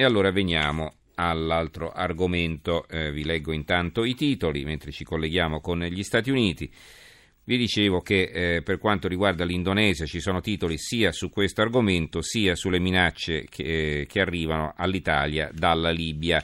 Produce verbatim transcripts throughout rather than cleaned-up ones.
E allora veniamo all'altro argomento, eh, vi leggo intanto i titoli mentre ci colleghiamo con gli Stati Uniti. Vi dicevo che eh, per quanto riguarda l'Indonesia ci sono titoli sia su questo argomento sia sulle minacce che, eh, che arrivano all'Italia dalla Libia.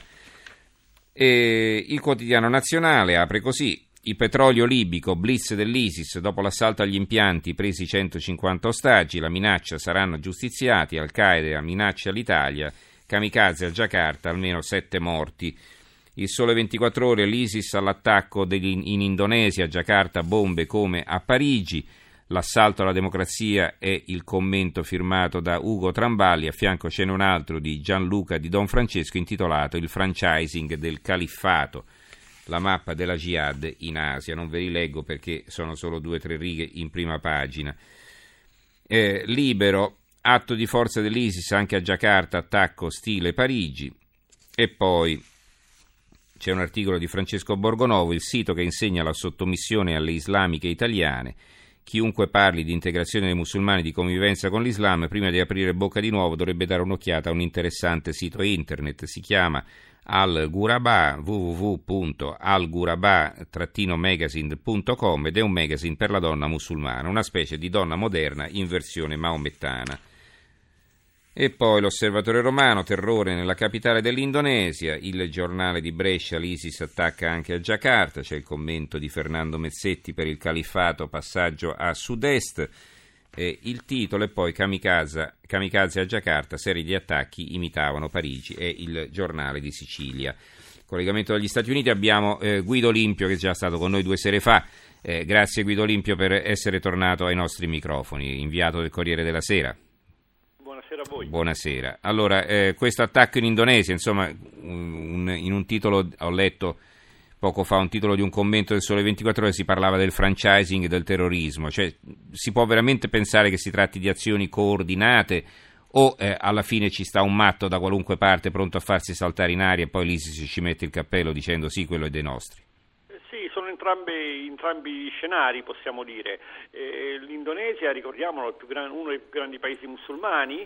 E il quotidiano nazionale apre così: il petrolio libico, blitz dell'ISIS, dopo l'assalto agli impianti presi centocinquanta ostaggi, la minaccia saranno giustiziati, Al-Qaeda minaccia l'Italia, kamikaze a Giacarta, almeno sette morti. Il Sole ventiquattro Ore, l'ISIS all'attacco in Indonesia, Giacarta bombe come a Parigi, l'assalto alla democrazia è il commento firmato da Ugo Tramballi, a fianco ce n'è un altro di Gianluca Di Don Francesco intitolato Il franchising del califfato, la mappa della Jihad in Asia. Non ve li leggo perché sono solo due o tre righe in prima pagina. Eh, Libero, atto di forza dell'ISIS anche a Giacarta, attacco stile Parigi. E poi c'è un articolo di Francesco Borgonovo, il sito che insegna la sottomissione alle islamiche italiane. Chiunque parli di integrazione dei musulmani, di convivenza con l'Islam, prima di aprire bocca di nuovo dovrebbe dare un'occhiata a un interessante sito internet. Si chiama Al-Ghuraba, w w w punto al ghuraba magazine punto com, ed è un magazine per la donna musulmana, una specie di donna moderna in versione maomettana. E poi l'Osservatore Romano, terrore nella capitale dell'Indonesia, il giornale di Brescia, l'ISIS attacca anche a Giacarta, c'è il commento di Fernando Mezzetti per il califfato, passaggio a sud-est, eh, il titolo e poi kamikaze, kamikaze a Giacarta, serie di attacchi imitavano Parigi, è il giornale di Sicilia. Collegamento dagli Stati Uniti abbiamo eh, Guido Olimpio che è già stato con noi due sere fa, eh, grazie Guido Olimpio per essere tornato ai nostri microfoni, inviato del Corriere della Sera. Buonasera a voi. Buonasera. Allora, eh, questo attacco in Indonesia, insomma, un, in un titolo, ho letto poco fa un titolo di un commento del Sole ventiquattro Ore, si parlava del franchising del terrorismo, cioè si può veramente pensare che si tratti di azioni coordinate o eh, alla fine ci sta un matto da qualunque parte pronto a farsi saltare in aria e poi l'ISIS ci mette il cappello dicendo sì, quello è dei nostri? Sì, sono entrambi, entrambi scenari, possiamo dire. Eh, L'Indonesia, ricordiamolo, più gran, uno dei più grandi paesi musulmani,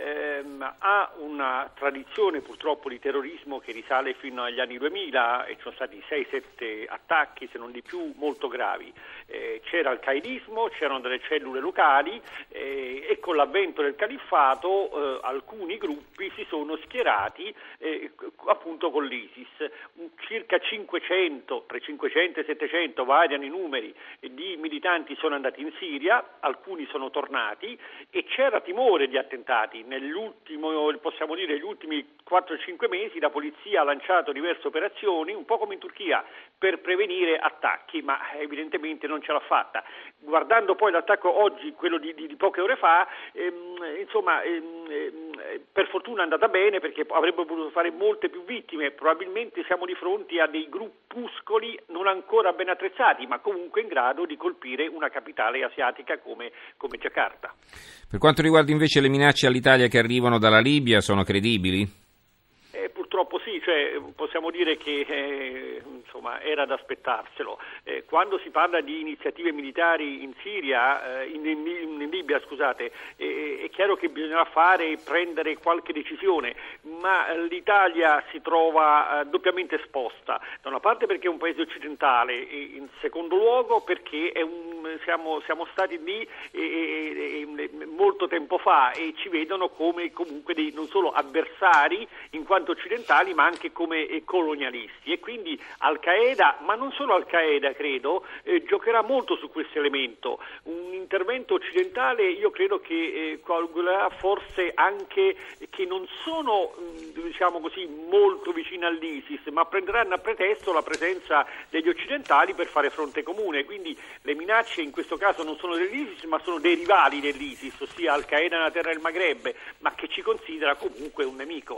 ehm, ha una tradizione purtroppo di terrorismo che risale fino agli anni duemila e ci sono stati sei sette attacchi, se non di più, molto gravi. Eh, c'era il qaedismo, c'erano delle cellule locali eh, e con l'avvento del califfato eh, alcuni gruppi si sono schierati eh, appunto con l'ISIS. Circa cinquecento, tra cinquecento e settecento variano i numeri di militanti sono andati in Siria, alcuni sono tornati e c'era timore di attentati. Nell'ultimo, possiamo dire, negli ultimi quattro cinque mesi la polizia ha lanciato diverse operazioni, un po' come in Turchia, per prevenire attacchi, ma evidentemente non ce l'ha fatta. Guardando poi l'attacco oggi, quello di, di, di poche ore fa, ehm, insomma, ehm, per fortuna è andata bene perché avrebbe potuto fare molte più vittime. Probabilmente siamo di fronte a dei gruppuscoli non ancora ben attrezzati, ma comunque in grado di colpire una capitale asiatica come, come Giacarta. Per quanto riguarda invece le minacce all'Italia che arrivano dalla Libia, sono credibili? Eh, purtroppo sì, cioè, possiamo dire che eh, insomma era da aspettarselo. Eh, quando si parla di iniziative militari in Siria, eh, in, in, in Libia, scusate, eh, è chiaro che bisognerà fare e prendere qualche decisione, ma l'Italia si trova eh, doppiamente esposta. Da una parte perché è un paese occidentale e in secondo luogo perché è un, siamo, siamo stati lì e, e, e, molto tempo fa e ci vedono come comunque dei non solo avversari in quanto occidentali ma anche come eh, colonialisti e quindi Al-Qaeda, ma non solo Al-Qaeda credo, eh, giocherà molto su questo elemento. Un intervento occidentale io credo che eh, calcolerà forse anche che non sono diciamo così molto vicini all'ISIS ma prenderanno a pretesto la presenza degli occidentali per fare fronte comune, quindi le minacce in questo caso non sono dell'ISIS ma sono dei rivali dell'ISIS, ossia Al-Qaeda nella terra del Maghreb, ma che ci considera comunque un nemico.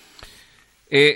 E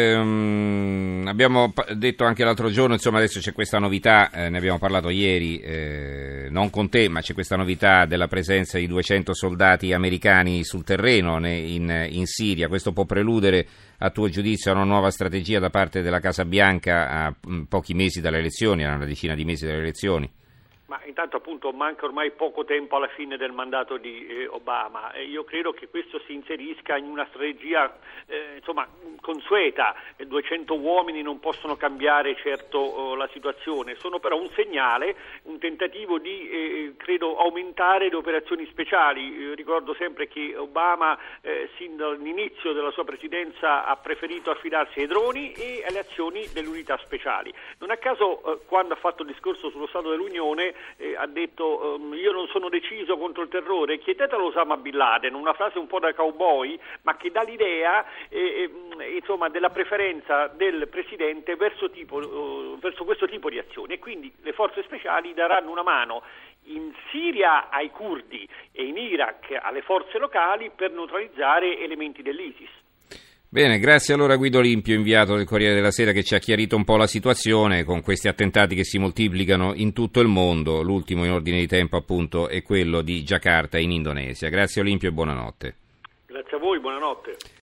ehm, abbiamo detto anche l'altro giorno, insomma adesso c'è questa novità, eh, ne abbiamo parlato ieri, eh, non con te, ma c'è questa novità della presenza di duecento soldati americani sul terreno in, in Siria. Questo può preludere, a tuo giudizio, a una nuova strategia da parte della Casa Bianca a pochi mesi dalle elezioni, a una decina di mesi dalle elezioni? Ma intanto appunto manca ormai poco tempo alla fine del mandato di eh, Obama e io credo che questo si inserisca in una strategia eh, insomma consueta. duecento uomini non possono cambiare certo oh, la situazione, sono però un segnale, un tentativo di eh, credo aumentare le operazioni speciali. Eh, ricordo sempre che Obama eh, sin dall'inizio della sua presidenza ha preferito affidarsi ai droni e alle azioni delle unità speciali. Non a caso eh, quando ha fatto il discorso sullo Stato dell'Unione Eh, ha detto um, io non sono deciso contro il terrore, chiedetelo a Osama Bin Laden, una frase un po' da cowboy ma che dà l'idea eh, eh, insomma della preferenza del presidente verso, tipo, uh, verso questo tipo di azioni e quindi le forze speciali daranno una mano in Siria ai curdi e in Iraq alle forze locali per neutralizzare elementi dell'ISIS. Bene, grazie allora Guido Limpio, inviato del Corriere della Sera, che ci ha chiarito un po' la situazione con questi attentati che si moltiplicano in tutto il mondo. L'ultimo in ordine di tempo appunto è quello di Giacarta in Indonesia. Grazie Olimpio e buonanotte. Grazie a voi, buonanotte.